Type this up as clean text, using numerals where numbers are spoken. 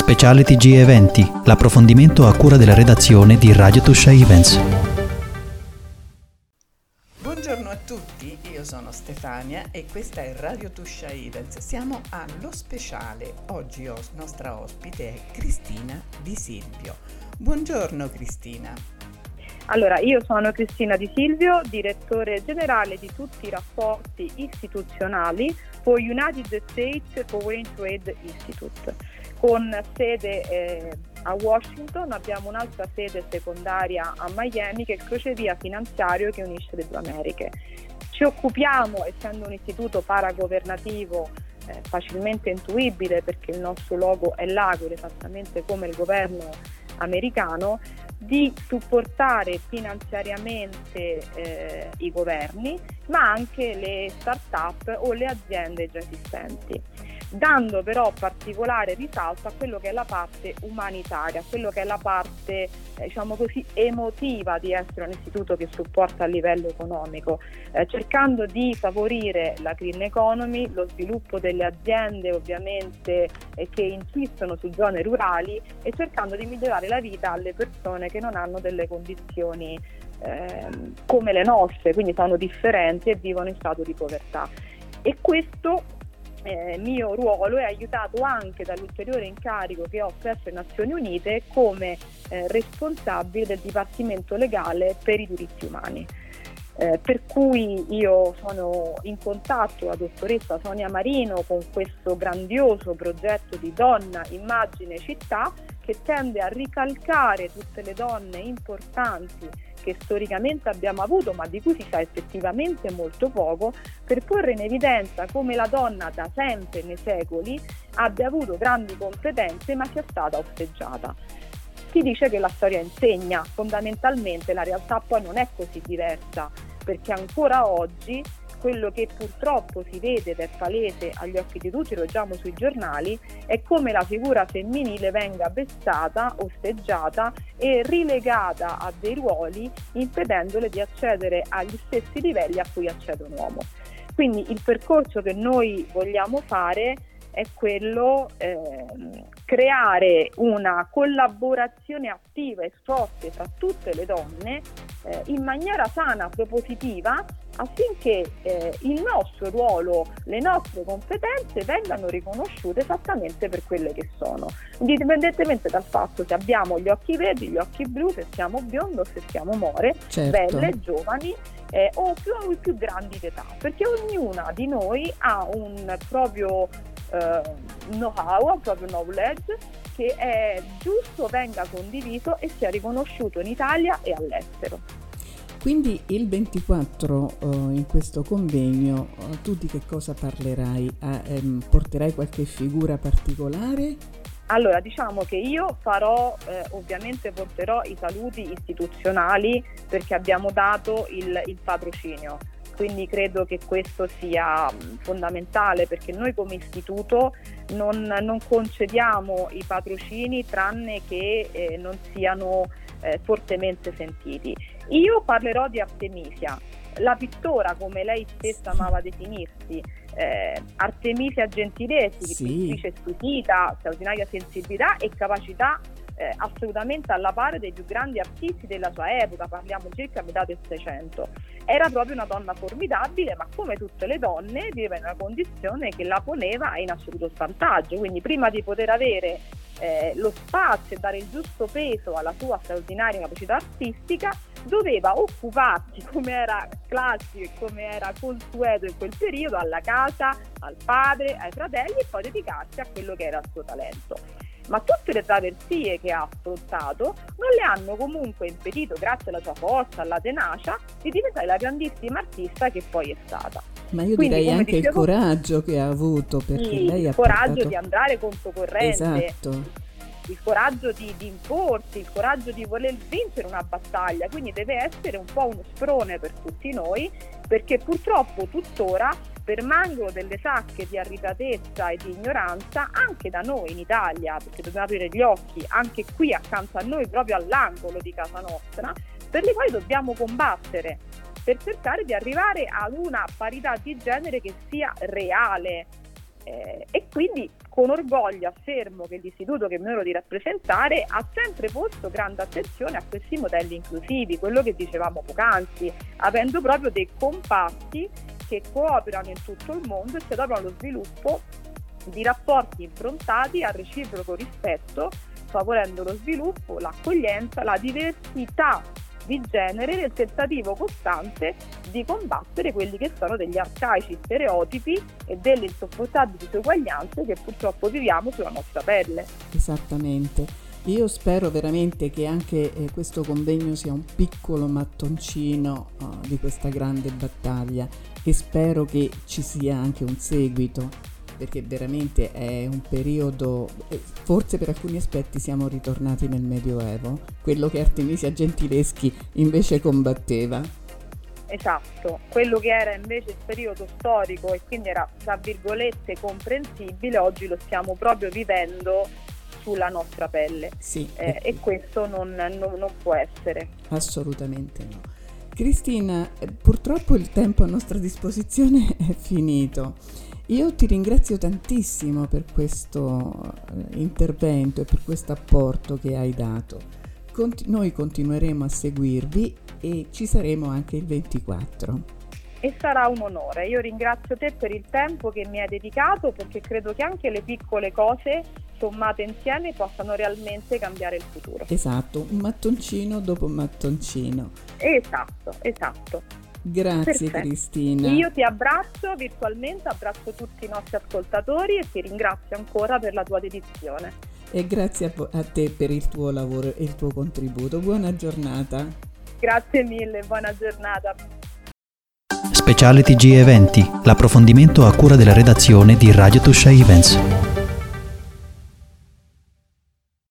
Speciale TG Eventi, l'approfondimento a cura della redazione di Radio Tuscia Events. Buongiorno a tutti, io sono Stefania e questa è Radio Tuscia Events. Siamo allo speciale. Oggi nostra ospite è Cristina Di Silvio. Buongiorno Cristina. Allora, io sono Cristina Di Silvio, direttore generale di tutti i rapporti istituzionali for United States Foreign Trade Institute, con sede a Washington. Abbiamo un'altra sede secondaria a Miami, che è il crocevia finanziario che unisce le due Americhe. Ci occupiamo, essendo un istituto paragovernativo facilmente intuibile, perché il nostro logo è l'Agore, esattamente come il governo americano, di supportare finanziariamente i governi, ma anche le start-up o le aziende già esistenti, dando però particolare risalto a quello che è la parte umanitaria, quello che è la parte diciamo così emotiva di essere un istituto che supporta a livello economico, cercando di favorire la green economy, lo sviluppo delle aziende ovviamente che insistono su zone rurali, e cercando di migliorare la vita alle persone che non hanno delle condizioni come le nostre, quindi sono differenti e vivono in stato di povertà. E questo mio ruolo è aiutato anche dall'ulteriore incarico che ho presso le Nazioni Unite come responsabile del Dipartimento Legale per i diritti umani. Per cui io sono in contatto con la dottoressa Sonia Marino con questo grandioso progetto di Donna, Immagine, Città, che tende a ricalcare tutte le donne importanti che storicamente abbiamo avuto, ma di cui si sa effettivamente molto poco, per porre in evidenza come la donna da sempre nei secoli abbia avuto grandi competenze ma sia stata osteggiata. Si dice che la storia insegna, fondamentalmente la realtà poi non è così diversa, perché ancora oggi quello che purtroppo si vede ed è palese agli occhi di tutti, lo leggiamo sui giornali, è come la figura femminile venga vessata, osteggiata e rilegata a dei ruoli, impedendole di accedere agli stessi livelli a cui accede un uomo. Quindi il percorso che noi vogliamo fare è quello creare una collaborazione attiva e forte tra tutte le donne in maniera sana, propositiva, affinché il nostro ruolo, le nostre competenze vengano riconosciute esattamente per quelle che sono, indipendentemente dal fatto se abbiamo gli occhi verdi, gli occhi blu, se siamo biondo, se siamo more, certo, belle, giovani o più grandi d'età, perché ognuna di noi ha un proprio know-how, un proprio knowledge che è giusto venga condiviso e sia riconosciuto in Italia e all'estero. Quindi il 24 in questo convegno tu di che cosa parlerai? Porterai qualche figura particolare? Allora, diciamo che io ovviamente porterò i saluti istituzionali, perché abbiamo dato il patrocinio. Quindi credo che questo sia fondamentale, perché noi come istituto non concediamo i patrocini tranne che non siano fortemente sentiti. Io parlerò di Artemisia, la pittora, come lei stessa amava definirsi, Artemisia Gentileschi, sì, pittrice squisita, straordinaria sensibilità e capacità assolutamente alla pari dei più grandi artisti della sua epoca, parliamo circa a metà del Seicento. Era proprio una donna formidabile, ma come tutte le donne viveva in una condizione che la poneva in assoluto svantaggio, quindi prima di poter avere lo spazio e dare il giusto peso alla sua straordinaria capacità artistica, doveva occuparsi, come era classico e come era consueto in quel periodo, alla casa, al padre, ai fratelli, e poi dedicarsi a quello che era il suo talento. Ma tutte le traversie che ha affrontato non le hanno comunque impedito, grazie alla sua forza, alla tenacia, di diventare la grandissima artista che poi è stata. Ma io Quindi, direi anche dicevo, il coraggio che ha avuto, perché lei ha il coraggio portato... di andare controcorrente, esatto, il coraggio di imporsi, il coraggio di voler vincere una battaglia, quindi deve essere un po' uno sprone per tutti noi, perché purtroppo tuttora permangono delle sacche di arretratezza e di ignoranza anche da noi in Italia, perché dobbiamo aprire gli occhi anche qui accanto a noi, proprio all'angolo di casa nostra, per le quali dobbiamo combattere per cercare di arrivare ad una parità di genere che sia reale. E quindi con orgoglio affermo che l'istituto che mi onoro di rappresentare ha sempre posto grande attenzione a questi modelli inclusivi, quello che dicevamo poc'anzi, avendo proprio dei comparti che cooperano in tutto il mondo e si adoperano allo sviluppo di rapporti improntati al reciproco rispetto, favorendo lo sviluppo, l'accoglienza, la diversità di genere nel tentativo costante di combattere quelli che sono degli arcaici stereotipi e delle insopportabili disuguaglianze che purtroppo viviamo sulla nostra pelle. Esattamente. Io spero veramente che anche questo convegno sia un piccolo mattoncino di questa grande battaglia e spero che ci sia anche un seguito, perché veramente è un periodo, forse per alcuni aspetti siamo ritornati nel Medioevo, quello che Artemisia Gentileschi invece combatteva. Esatto, quello che era invece il periodo storico e quindi era tra virgolette comprensibile, oggi lo stiamo proprio vivendo sulla nostra pelle. Sì, e questo non può essere. Assolutamente no. Cristina, purtroppo il tempo a nostra disposizione è finito. Io ti ringrazio tantissimo per questo intervento e per questo apporto che hai dato. Noi continueremo a seguirvi e ci saremo anche il 24. E sarà un onore. Io ringrazio te per il tempo che mi hai dedicato, perché credo che anche le piccole cose sommate insieme possano realmente cambiare il futuro. Esatto, un mattoncino dopo mattoncino. Esatto. Grazie. Perfetto. Cristina. Io ti abbraccio virtualmente, abbraccio tutti i nostri ascoltatori e ti ringrazio ancora per la tua dedizione. E grazie a te per il tuo lavoro e il tuo contributo. Buona giornata. Grazie mille, buona giornata. Speciale TG Eventi, l'approfondimento a cura della redazione di Radio Tuscia Events.